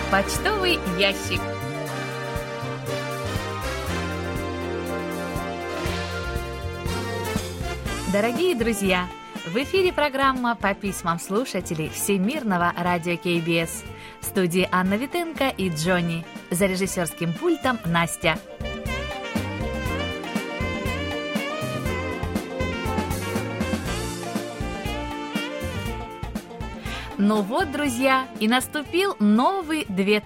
Почтовый ящик. Дорогие друзья, в эфире программа по письмам слушателей Всемирного радио КБС. В студии Анна Витенко и Джонни. За режиссерским пультом Настя. Ну вот, друзья, и наступил новый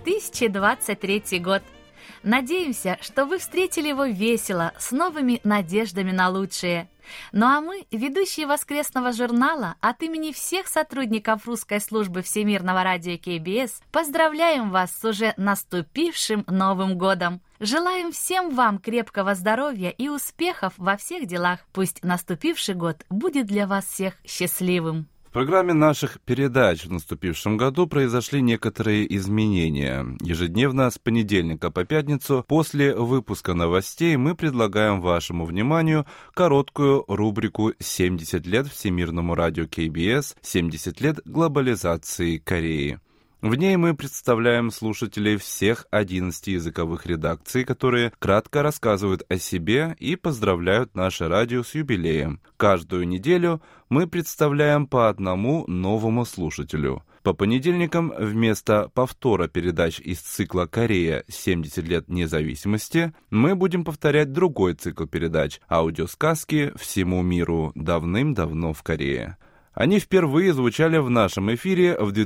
2023 год. Надеемся, что вы встретили его весело, с новыми надеждами на лучшее. Ну а мы, ведущие воскресного журнала, от имени всех сотрудников русской службы Всемирного радио КБС, поздравляем вас с уже наступившим Новым годом. Желаем всем вам крепкого здоровья и успехов во всех делах. Пусть наступивший год будет для вас всех счастливым. В программе наших передач в наступившем году произошли некоторые изменения. Ежедневно с понедельника по пятницу после выпуска новостей мы предлагаем вашему вниманию короткую рубрику «70 лет Всемирному радио КБС, 70 лет глобализации Кореи». В ней мы представляем слушателей всех 11 языковых редакций, которые кратко рассказывают о себе и поздравляют наше радио с юбилеем. Каждую неделю мы представляем по одному новому слушателю. По понедельникам вместо повтора передач из цикла «Корея. 70 лет независимости» мы будем повторять другой цикл передач «Аудиосказки всему миру давным-давно в Корее». Они впервые звучали в нашем эфире в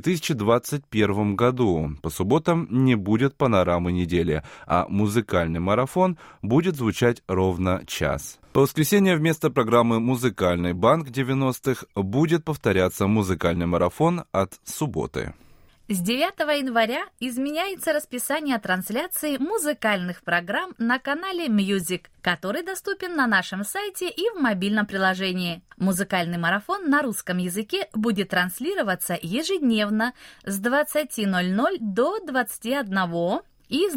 2021 году. По субботам не будет панорамы недели, а музыкальный марафон будет звучать ровно час. По воскресеньям вместо программы «Музыкальный банк 90-х» будет повторяться музыкальный марафон от субботы. С 9 января изменяется расписание трансляции музыкальных программ на канале Music, который доступен на нашем сайте и в мобильном приложении. Музыкальный марафон на русском языке будет транслироваться ежедневно с 20:00 до 21 и с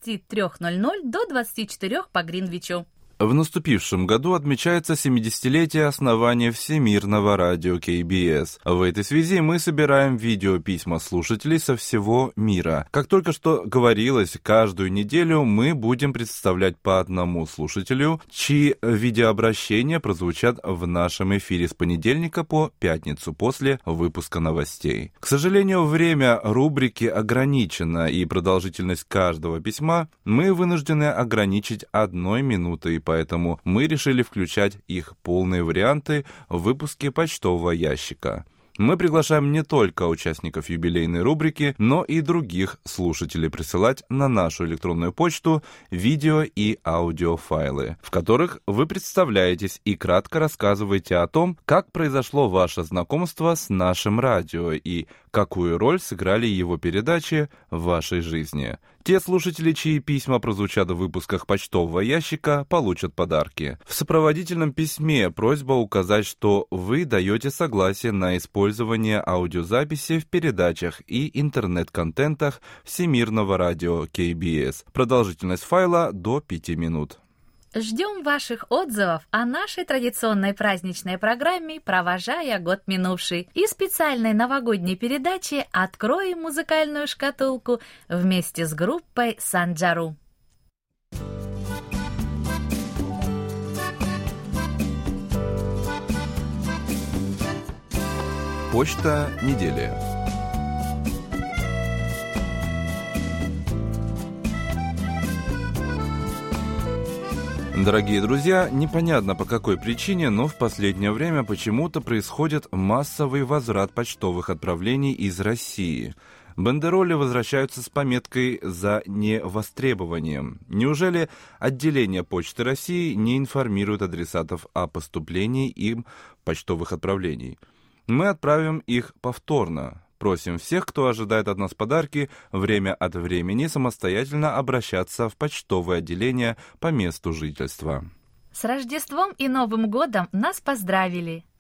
23:00 до 24 по Гринвичу. В наступившем году отмечается 70-летие основания Всемирного радио КБС. В этой связи мы собираем видеописьма слушателей со всего мира. Как только что говорилось, каждую неделю мы будем представлять по одному слушателю, чьи видеообращения прозвучат в нашем эфире с понедельника по пятницу после выпуска новостей. К сожалению, время рубрики ограничено, и продолжительность каждого письма мы вынуждены ограничить 1 минутой. Поэтому мы решили включать их полные варианты в выпуске почтового ящика. Мы приглашаем не только участников юбилейной рубрики, но и других слушателей присылать на нашу электронную почту видео и аудиофайлы, в которых вы представляетесь и кратко рассказываете о том, как произошло ваше знакомство с нашим радио и какую роль сыграли его передачи в вашей жизни. Те слушатели, чьи письма прозвучат в выпусках почтового ящика, получат подарки. В сопроводительном письме просьба указать, что вы даете согласие на использование аудиозаписи в передачах и интернет-контентах Всемирного радио КБС. Продолжительность файла до 5 минут. Ждем ваших отзывов о нашей традиционной праздничной программе «Провожая год минувший» и специальной новогодней передаче «Откроем музыкальную шкатулку» вместе с группой «Санджару». Почта недели. Дорогие друзья, непонятно по какой причине, но в последнее время почему-то происходит массовый возврат почтовых отправлений из России. Бандероли возвращаются с пометкой «За невостребованием». Неужели отделение Почты России не информирует адресатов о поступлении им почтовых отправлений? Мы отправим их повторно. Просим всех, кто ожидает от нас подарки, время от времени самостоятельно обращаться в почтовое отделение по месту жительства. С Рождеством и Новым годом нас поздравили.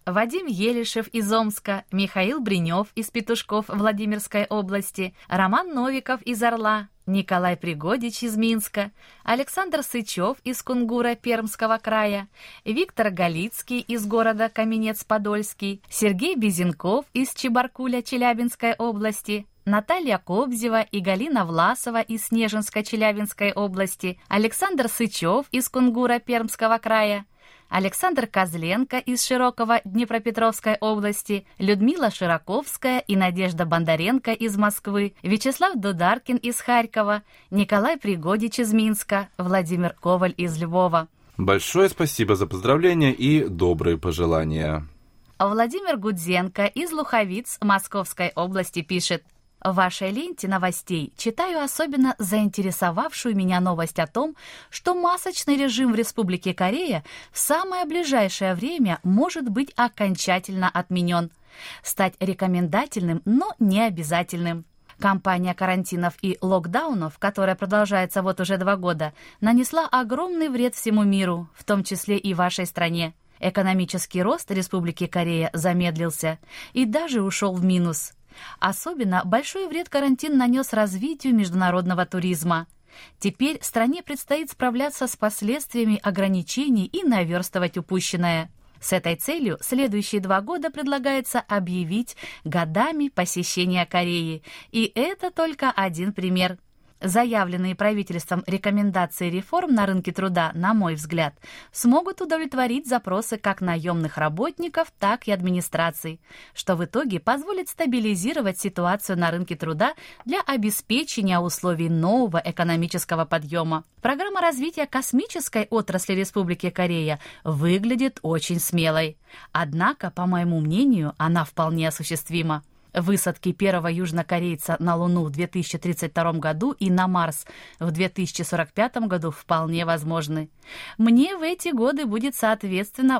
Вадим Елишев из Омска, Михаил Бринев из Петушков Владимирской области, Роман Новиков из Орла, Николай Пригодич из Минска, Александр Сычев из Кунгура Пермского края, Виктор Галицкий из города Каменец-Подольский, Сергей Безенков из Чебаркуля Челябинской области, Наталья Кобзева и Галина Власова из Снежинска-Челябинской области, Александр Сычев из Кунгура Пермского края, Александр Козленко из Широкого Днепропетровской области, Людмила Широковская и Надежда Бондаренко из Москвы, Вячеслав Дударкин из Харькова, Николай Пригодич из Минска, Владимир Коваль из Львова. Большое спасибо за поздравления и добрые пожелания. Владимир Гудзенко из Луховиц Московской области пишет: в вашей ленте новостей читаю особенно заинтересовавшую меня новость о том, что масочный режим в Республике Корея в самое ближайшее время может быть окончательно отменен, стать рекомендательным, но не обязательным. Кампания карантинов и локдаунов, которая продолжается вот уже 2 года, нанесла огромный вред всему миру, в том числе и вашей стране. Экономический рост Республики Корея замедлился и даже ушел в минус. Особенно большой вред карантин нанес развитию международного туризма. Теперь стране предстоит справляться с последствиями ограничений и наверстывать упущенное. С этой целью следующие 2 года предлагается объявить годами посещения Кореи. И это только один пример. Заявленные правительством рекомендации реформ на рынке труда, на мой взгляд, смогут удовлетворить запросы как наемных работников, так и администраций, что в итоге позволит стабилизировать ситуацию на рынке труда для обеспечения условий нового экономического подъема. Программа развития космической отрасли Республики Корея выглядит очень смелой. Однако, по моему мнению, она вполне осуществима. Высадки первого южнокорейца на Луну в 2032 году и на Марс в 2045 году вполне возможны. Мне в эти годы будет соответственно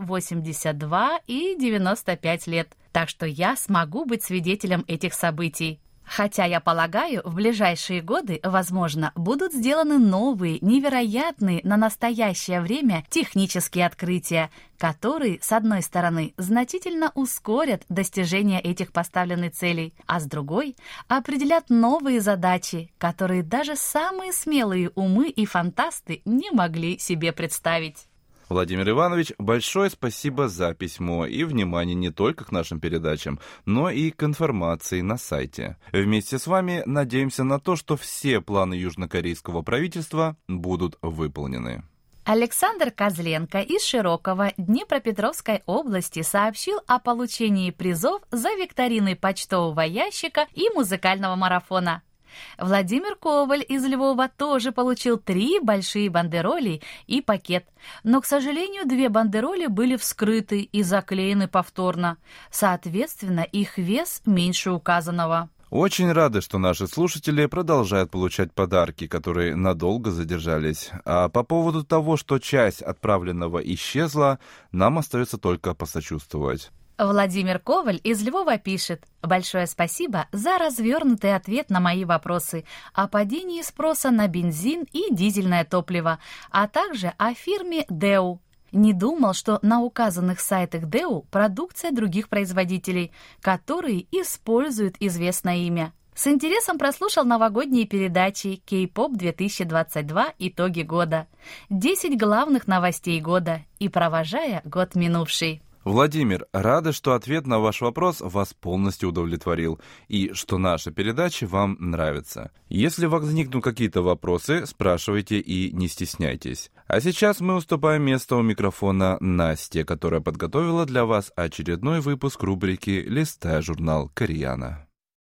82 и 95 лет, так что я смогу быть свидетелем этих событий. Хотя, я полагаю, в ближайшие годы, возможно, будут сделаны новые, невероятные на настоящее время технические открытия, которые, с одной стороны, значительно ускорят достижение этих поставленных целей, а с другой — определят новые задачи, которые даже самые смелые умы и фантасты не могли себе представить. Владимир Иванович, большое спасибо за письмо и внимание не только к нашим передачам, но и к информации на сайте. Вместе с вами надеемся на то, что все планы южнокорейского правительства будут выполнены. Александр Козленко из Широкого Днепропетровской области сообщил о получении призов за викторины почтового ящика и музыкального марафона. Владимир Коваль из Львова тоже получил 3 большие бандероли и пакет, но, к сожалению, 2 бандероли были вскрыты и заклеены повторно. Соответственно, их вес меньше указанного. Очень рады, что наши слушатели продолжают получать подарки, которые надолго задержались. А по поводу того, что часть отправленного исчезла, нам остается только посочувствовать. Владимир Коваль из Львова пишет: «Большое спасибо за развернутый ответ на мои вопросы о падении спроса на бензин и дизельное топливо, а также о фирме ДЭУ. Не думал, что на указанных сайтах ДЭУ продукция других производителей, которые используют известное имя. С интересом прослушал новогодние передачи K-pop 2022 «Итоги года», 10 главных новостей года и провожая год минувший». Владимир, рады, что ответ на ваш вопрос вас полностью удовлетворил и что наша передача вам нравится. Если возникнут какие-то вопросы, спрашивайте и не стесняйтесь. А сейчас мы уступаем место у микрофона Насте, которая подготовила для вас очередной выпуск рубрики «Листая журнал Кореяна».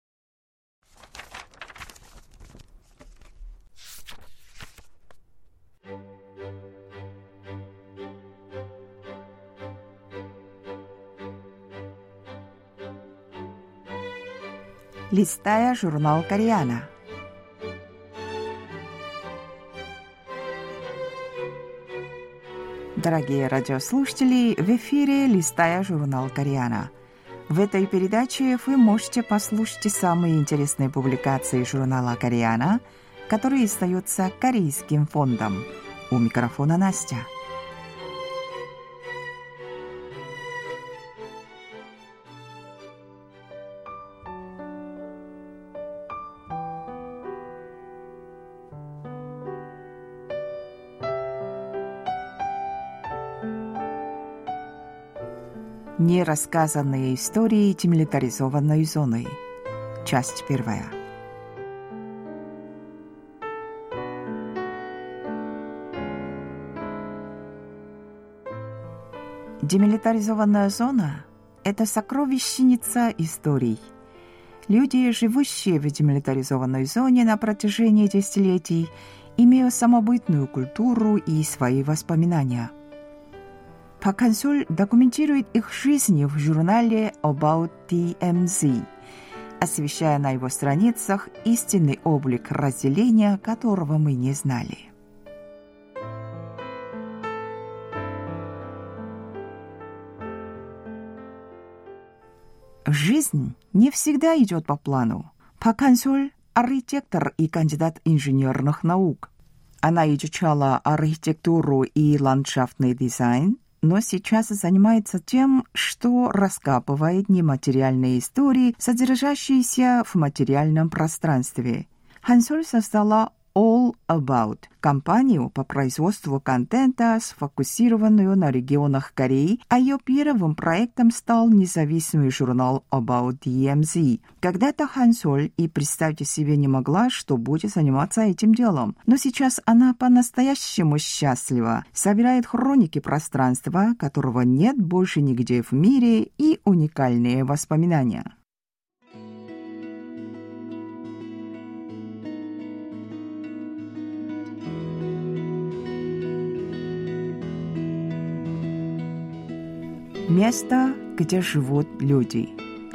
Листая журнал Кореяна. Дорогие радиослушатели, в эфире «Листая журнал Кореяна». В этой передаче вы можете послушать самые интересные публикации журнала Кореяна, которые издаются Корейским фондом. У микрофона Настя. Нерассказанные истории демилитаризованной зоны. Часть 1. Демилитаризованная зона – это сокровищница историй. Люди, живущие в демилитаризованной зоне на протяжении десятилетий, имеют самобытную культуру и свои воспоминания. Пак Хан Соль документирует их жизни в журнале About DMZ, освещая на его страницах истинный облик разделения, которого мы не знали. Жизнь не всегда идет по плану. Пак Хан Соль – архитектор и кандидат инженерных наук. Она изучала архитектуру и ландшафтный дизайн, но сейчас занимается тем, что раскапывает нематериальные истории, содержащиеся в материальном пространстве. Хан Соль создала All About – компанию по производству контента, сфокусированную на регионах Кореи, а ее первым проектом стал независимый журнал About DMZ. Когда-то Хан Соль и представьте себе не могла, что будет заниматься этим делом. Но сейчас она по-настоящему счастлива, собирает хроники пространства, которого нет больше нигде в мире, и уникальные воспоминания. Место, где живут люди.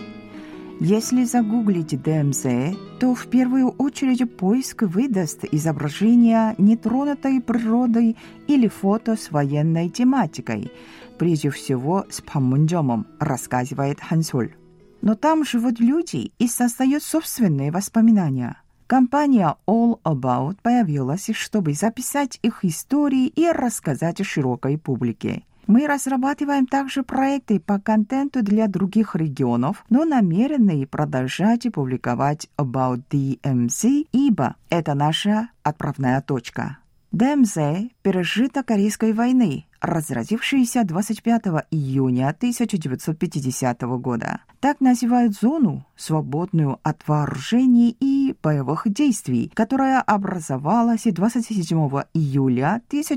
Если загуглить ДМЗ, то в первую очередь поиск выдаст изображения нетронутой природой или фото с военной тематикой, прежде всего с Панмунджомом, рассказывает Хан Соль. Но там живут люди и создают собственные воспоминания. Компания All About появилась, чтобы записать их истории и рассказать широкой публике. Мы разрабатываем также проекты по контенту для других регионов, но намерены продолжать публиковать About DMZ, ибо это наша отправная точка. ДМЗ – пережиток Корейской войны, разразившейся 25 июня 1950 года. Так называют зону, свободную от вооружений и боевых действий, которая образовалась 27 июля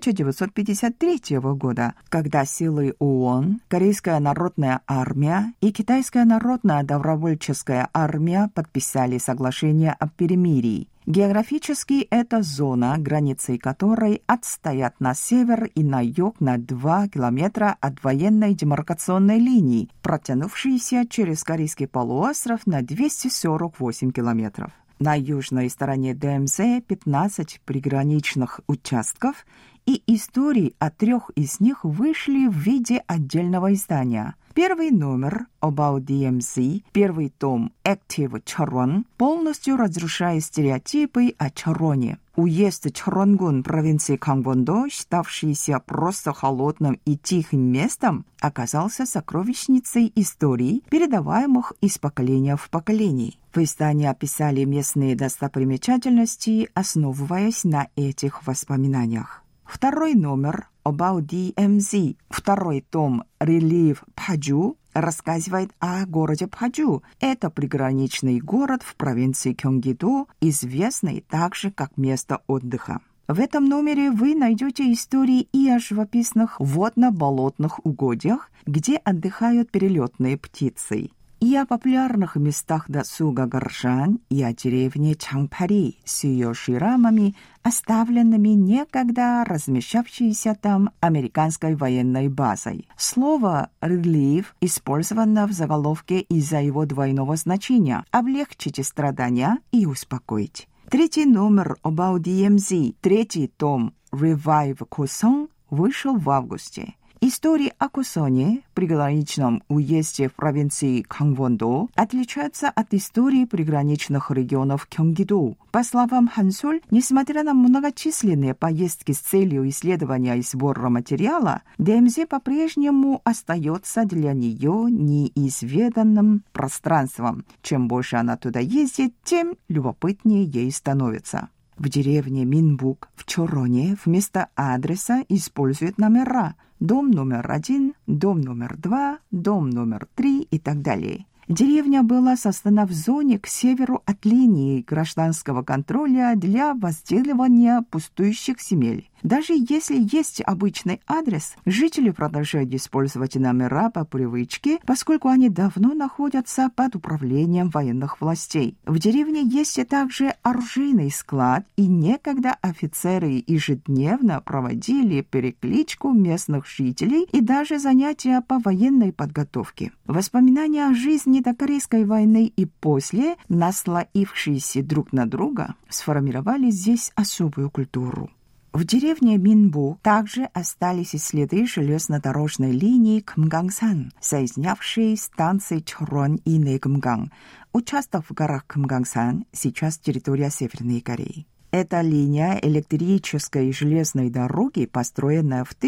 1953 года, когда силы ООН, Корейская народная армия и Китайская народная добровольческая армия подписали соглашение о перемирии. Географически это зона, границы которой отстоят на север и на юг на 2 километра от военной демаркационной линии, протянувшейся через Корейский полуостров на 248 километров. На южной стороне ДМЗ 15 приграничных участков, и истории о 3 из них вышли в виде отдельного издания. Первый номер About DMZ, первый том Active Cheoron, полностью разрушает стереотипы о Чороне. Уезд Чоронгун провинции Гангвон-до, считавшийся просто холодным и тихим местом, оказался сокровищницей историй, передаваемых из поколения в поколение. В издании описали местные достопримечательности, основываясь на этих воспоминаниях. Второй номер About DMZ, второй том Relief Paju, рассказывает о городе Пaju. Это приграничный город в провинции Кёнгги-до, известный также как место отдыха. В этом номере вы найдете истории и о живописных водно-болотных угодьях, где отдыхают перелетные птицы, и о популярных местах досуга горожан, и о деревне Чангпари с ее ширамами, оставленными некогда размещавшейся там американской военной базой. Слово «relief» использовано в заголовке из-за его двойного значения – облегчить страдания и успокоить. Третий номер About DMZ, третий том Revive Koson вышел в августе. Истории о Косоне, приграничном уезде в провинции Гангвон-до, отличаются от историй приграничных регионов Кёнгги-до. По словам Хан Соль, несмотря на многочисленные поездки с целью исследования и сбора материала, ДМЗ по-прежнему остается для нее неизведанным пространством. Чем больше она туда ездит, тем любопытнее ей становится. В деревне Минбук в Чороне вместо адреса используют номера: дом номер 1, дом номер 2, дом номер 3 и так далее. Деревня была создана в зоне к северу от линии гражданского контроля для возделывания пустующих земель. Даже если есть обычный адрес, жители продолжают использовать номера по привычке, поскольку они давно находятся под управлением военных властей. В деревне есть также оружейный склад, и некогда офицеры ежедневно проводили перекличку местных жителей и даже занятия по военной подготовке. Воспоминания о жизни до Корейской войны и после, наслоившиеся друг на друга, сформировали здесь особую культуру. В деревне Минбу также остались и следы железнодорожной линии Кымгангсан, соединявшей станции Чорон и Нэкымган. Участок в горах Кымгангсан сейчас территория Северной Кореи. Эта линия электрической и железной дороги, построенная в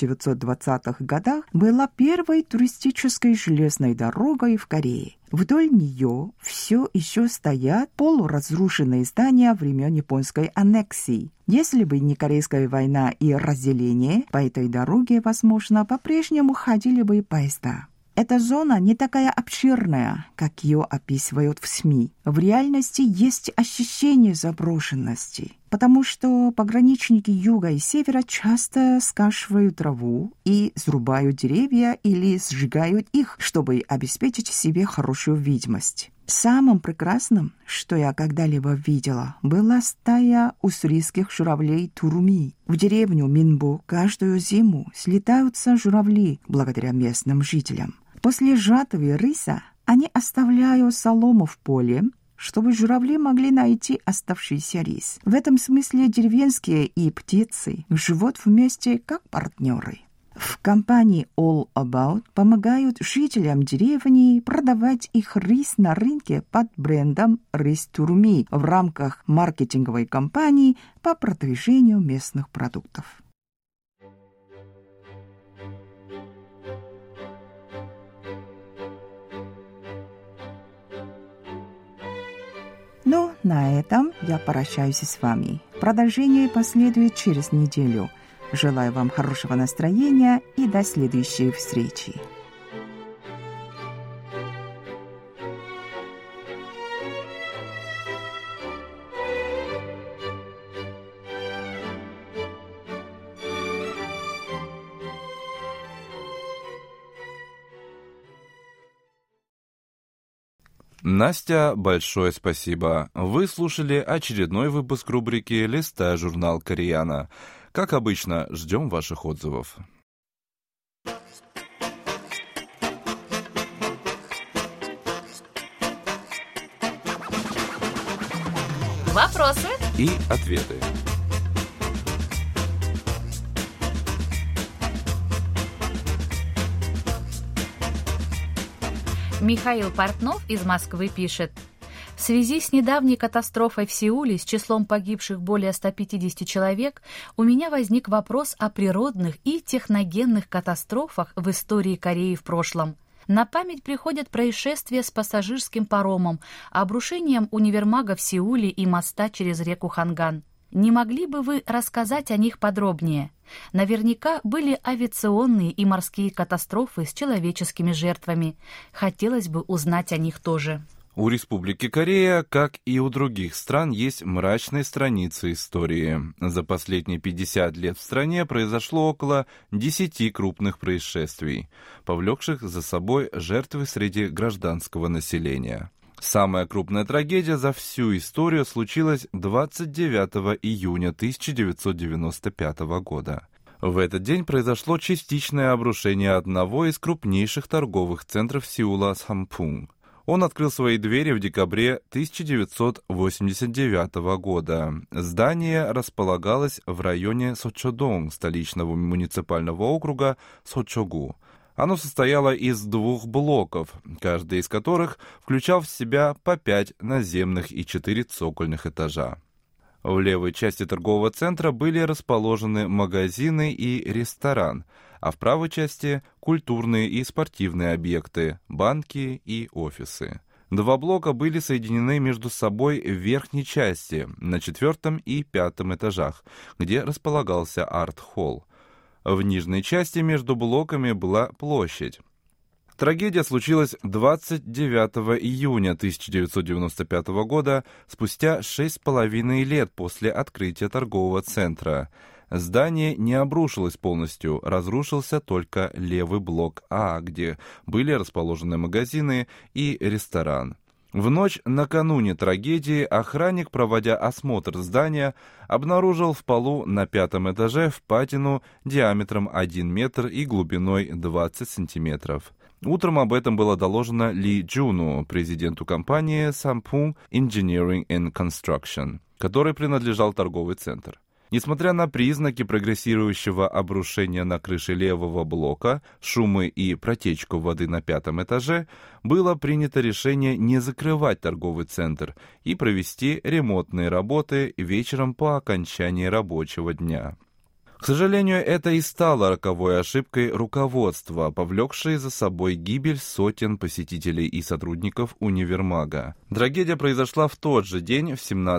1920-х годах, была первой туристической железной дорогой в Корее. Вдоль нее все еще стоят полуразрушенные здания времен японской аннексии. Если бы не Корейская война и разделение, по этой дороге, возможно, по-прежнему ходили бы поезда. Эта зона не такая обширная, как ее описывают в СМИ. В реальности есть ощущение заброшенности, потому что пограничники юга и севера часто скашивают траву и срубают деревья или сжигают их, чтобы обеспечить себе хорошую видимость. Самым прекрасным, что я когда-либо видела, была стая уссурийских журавлей Туруми. В деревню Минбу каждую зиму слетаются журавли благодаря местным жителям. После жатвы риса они оставляют солому в поле, чтобы журавли могли найти оставшийся рис. В этом смысле деревенские и птицы живут вместе как партнеры. В компании All About помогают жителям деревни продавать их рис на рынке под брендом «Рис Туруми» в рамках маркетинговой кампании по продвижению местных продуктов. Ну, на этом я прощаюсь с вами. Продолжение последует через неделю. Желаю вам хорошего настроения и до следующей встречи. Настя, большое спасибо. Вы слушали очередной выпуск рубрики «Листая журнал Кореяна». Как обычно, ждем ваших отзывов. Вопросы и ответы. Михаил Портнов из Москвы пишет: в связи с недавней катастрофой в Сеуле с числом погибших более 150 человек, у меня возник вопрос о природных и техногенных катастрофах в истории Кореи в прошлом. На память приходят происшествия с пассажирским паромом, обрушением универмага в Сеуле и моста через реку Ханган. Не могли бы вы рассказать о них подробнее? Наверняка были авиационные и морские катастрофы с человеческими жертвами. Хотелось бы узнать о них тоже. У Республики Корея, как и у других стран, есть мрачные страницы истории. За последние 50 лет в стране произошло около 10 крупных происшествий, повлекших за собой жертвы среди гражданского населения. Самая крупная трагедия за всю историю случилась 29 июня 1995 года. В этот день произошло частичное обрушение одного из крупнейших торговых центров Сеула Сампунг. Он открыл свои двери в декабре 1989 года. Здание располагалось в районе Сочодонг, столичного муниципального округа Сочогу. Оно состояло из 2 блоков, каждый из которых включал в себя по 5 наземных и 4 цокольных этажа. В левой части торгового центра были расположены магазины и ресторан, а в правой части – культурные и спортивные объекты, банки и офисы. Два блока были соединены между собой в верхней части, на 4 и 5 этажах, где располагался арт-холл. В нижней части между блоками была площадь. Трагедия случилась 29 июня 1995 года, спустя 6,5 лет после открытия торгового центра. Здание не обрушилось полностью, разрушился только левый блок А, где были расположены магазины и ресторан. В ночь накануне трагедии охранник, проводя осмотр здания, обнаружил в полу на 5 этаже впадину диаметром 1 метр и глубиной 20 сантиметров. Утром об этом было доложено Ли Джуну, президенту компании Sampoong Engineering and Construction, которой принадлежал торговый центр. Несмотря на признаки прогрессирующего обрушения на крыше левого блока, шумы и протечку воды на 5 этаже, было принято решение не закрывать торговый центр и провести ремонтные работы вечером по окончании рабочего дня. К сожалению, это и стало роковой ошибкой руководства, повлекшей за собой гибель сотен посетителей и сотрудников универмага. Трагедия произошла в тот же день в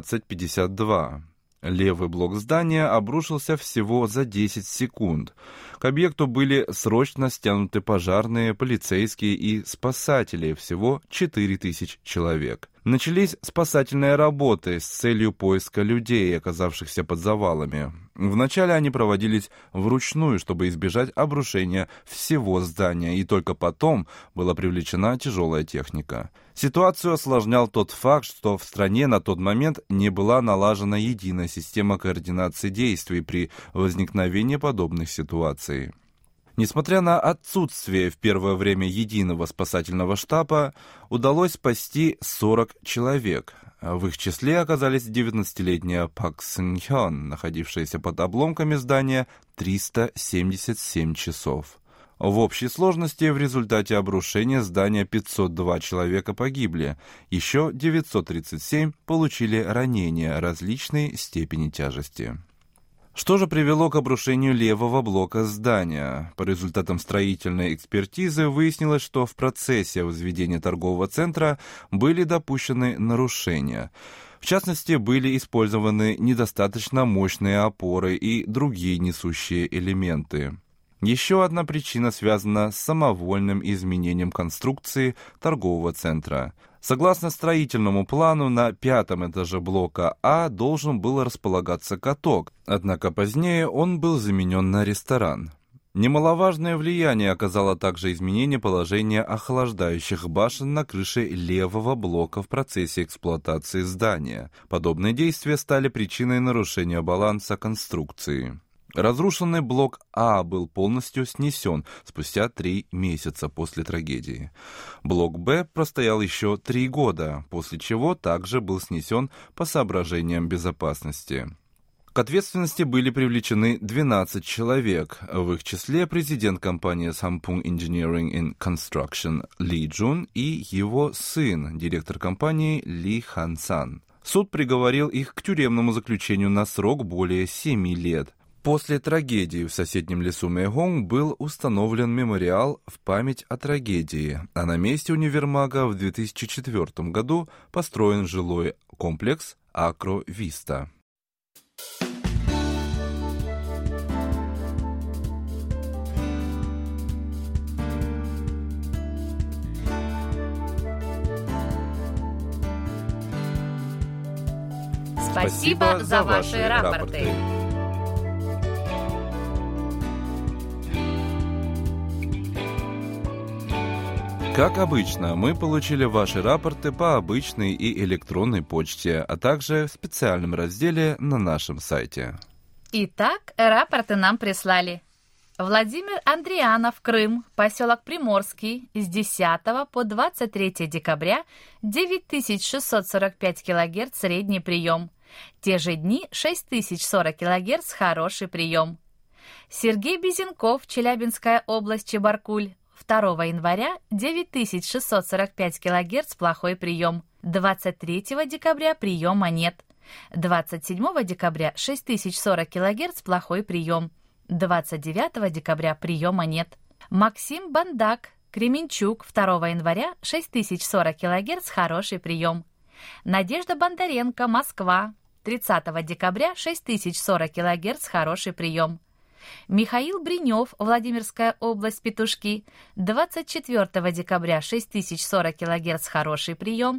17:52. Левый блок здания обрушился всего за 10 секунд. К объекту были срочно стянуты пожарные, полицейские и спасатели, всего 4000 человек. Начались спасательные работы с целью поиска людей, оказавшихся под завалами. Вначале они проводились вручную, чтобы избежать обрушения всего здания, и только потом была привлечена тяжелая техника. Ситуацию осложнял тот факт, что в стране на тот момент не была налажена единая система координации действий при возникновении подобных ситуаций. Несмотря на отсутствие в первое время единого спасательного штаба, удалось спасти 40 человек. В их числе оказались 19-летняя Пак Сын Хён, находившаяся под обломками здания 377 часов. В общей сложности в результате обрушения здания 502 человека погибли, еще 937 получили ранения различной степени тяжести. Что же привело к обрушению левого блока здания? По результатам строительной экспертизы выяснилось, что в процессе возведения торгового центра были допущены нарушения. В частности, были использованы недостаточно мощные опоры и другие несущие элементы. Еще одна причина связана с самовольным изменением конструкции торгового центра. Согласно строительному плану, на 5 этаже блока А должен был располагаться каток, однако позднее он был заменен на ресторан. Немаловажное влияние оказало также изменение положения охлаждающих башен на крыше левого блока в процессе эксплуатации здания. Подобные действия стали причиной нарушения баланса конструкции. Разрушенный блок А был полностью снесен спустя 3 месяца после трагедии. Блок Б простоял еще 3 года, после чего также был снесен по соображениям безопасности. К ответственности были привлечены 12 человек, в их числе президент компании Sampoong Engineering and Construction Ли Джун и его сын, директор компании Ли Хан Сан. Суд приговорил их к тюремному заключению на срок более 7 лет. После трагедии в соседнем лесу Мэйгонг был установлен мемориал в память о трагедии, а на месте универмага в 2004 году построен жилой комплекс Акро Виста. Спасибо за ваши рапорты. Как обычно, мы получили ваши рапорты по обычной и электронной почте, а также в специальном разделе на нашем сайте. Итак, рапорты нам прислали. Владимир Андрианов, Крым, поселок Приморский, с 10 по 23 декабря 9645 кГц средний прием. Те же дни 6040 кГц хороший прием. Сергей Безенков, Челябинская область, Чебаркуль, 2 января 9645 кГц плохой прием. 23 декабря приема нет. 27 декабря 6040 кГц плохой прием. 29 декабря приема нет. Максим Бандак, Кременчуг 2 января 6040 кГц, хороший прием. Надежда Бондаренко, Москва 30 декабря 6040 кГц, хороший прием. Михаил Бринев, Владимирская область, Петушки 24 декабря 6040 кГц, хороший прием.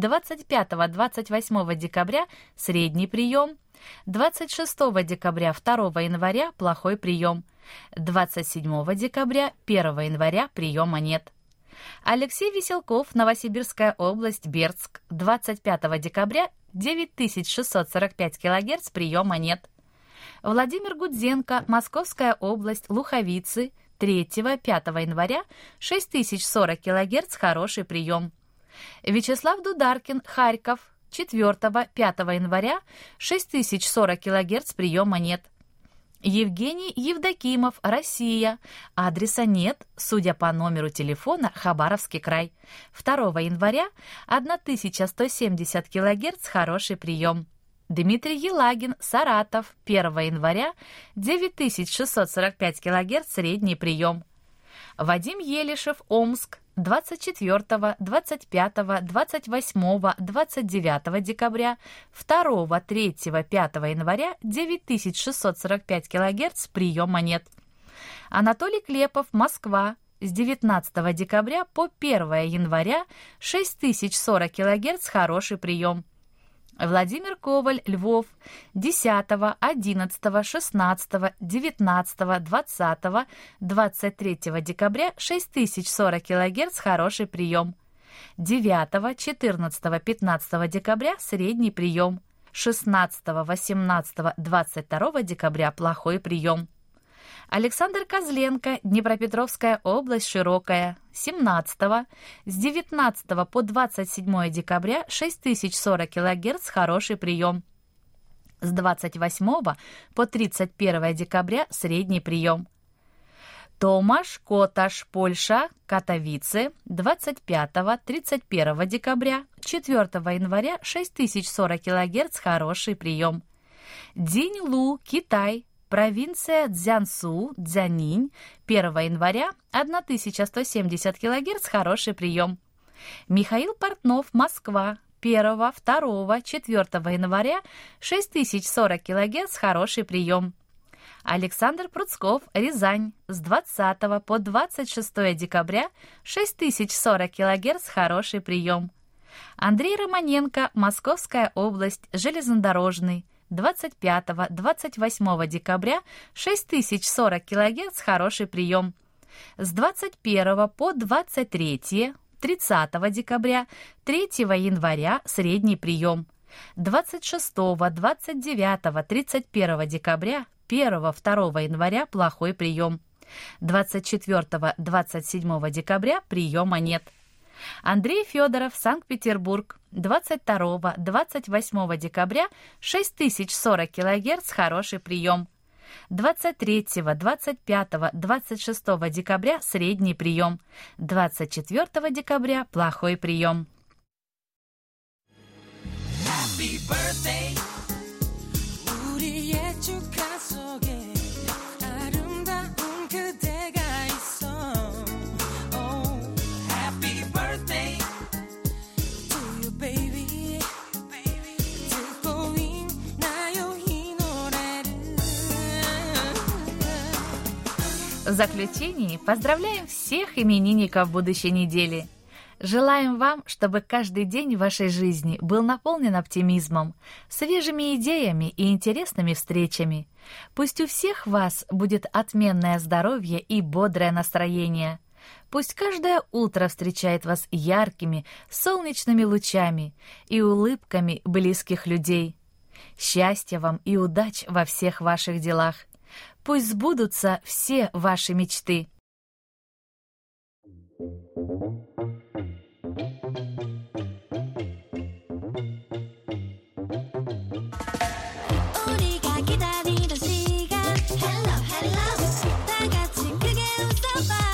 25-28 декабря средний прием. 26 декабря 2 января плохой прием. 27 декабря 1 января приема нет. Алексей Веселков, Новосибирская область, Бердск 25 декабря 9645 кГц, приема нет. Владимир Гудзенко, Московская область, Луховицы 3-5 января 6040 кГц, хороший прием. Вячеслав Дударкин, Харьков 4-5 января 6040 кГц, приема нет. Евгений Евдокимов, Россия. Адреса нет, судя по номеру телефона, Хабаровский край. 2 января 1170 кГц, хороший прием. Дмитрий Елагин, Саратов. 1 января 9645 кГц, средний прием. Вадим Елишев, Омск. 24, 25, 28, 29 декабря, 2, 3, 5 января 9645 кГц, приема нет. Анатолий Клепов, Москва, с 19 декабря по 1 января 6040 кГц, хороший прием. Владимир Коваль, Львов, 10, 11, 16, 19, 20, 23 декабря 6040 кГц, хороший прием. 9, 14, 15 декабря средний прием. 16, 18, 22 декабря плохой прием. Александр Козленко, Днепропетровская область, Широкая, 17, с 19 по 27 декабря 6040 кГц, хороший прием. С 28 по 31 декабря средний прием. Томаш Коташ, Польша, Катовице, 25-31 декабря, 4 января 6040 кГц, хороший прием. Динь-Лу, Китай, провинция Цзянсу, Цзянинь, 1 января 1170 кГц, хороший прием. Михаил Портнов, Москва, 1, 2, 4 января 6040 кГц, хороший прием. Александр Пруцков, Рязань, с 20 по 26 декабря 6040 кГц, хороший прием. Андрей Романенко, Московская область, Железнодорожный, 25-28 декабря 6040 кГц, хороший прием. С 21 по 23, 30 декабря, 3 января средний прием. 26, 29, 31 декабря, 1-2 января плохой прием. 24-27 декабря приема нет. Андрей Федоров, Санкт-Петербург, 22-28 декабря 6040 кГц, хороший прием. 23, 25, 26 декабря средний прием. 24 декабря плохой прием. Happy birthday. 우리의 축하 속에 아름다운 그대가 있어. Oh, happy birthday to you, baby. 듣고 있나요 이 노래를. В заключении поздравляем всех именинников будущей недели. Желаем вам, чтобы каждый день вашей жизни был наполнен оптимизмом, свежими идеями и интересными встречами. Пусть у всех вас будет отменное здоровье и бодрое настроение. Пусть каждое утро встречает вас яркими, солнечными лучами и улыбками близких людей. Счастья вам и удач во всех ваших делах. Пусть сбудутся все ваши мечты. 우리가 기다리던 시간 Hello, hello. 다 같이 크게 웃어봐.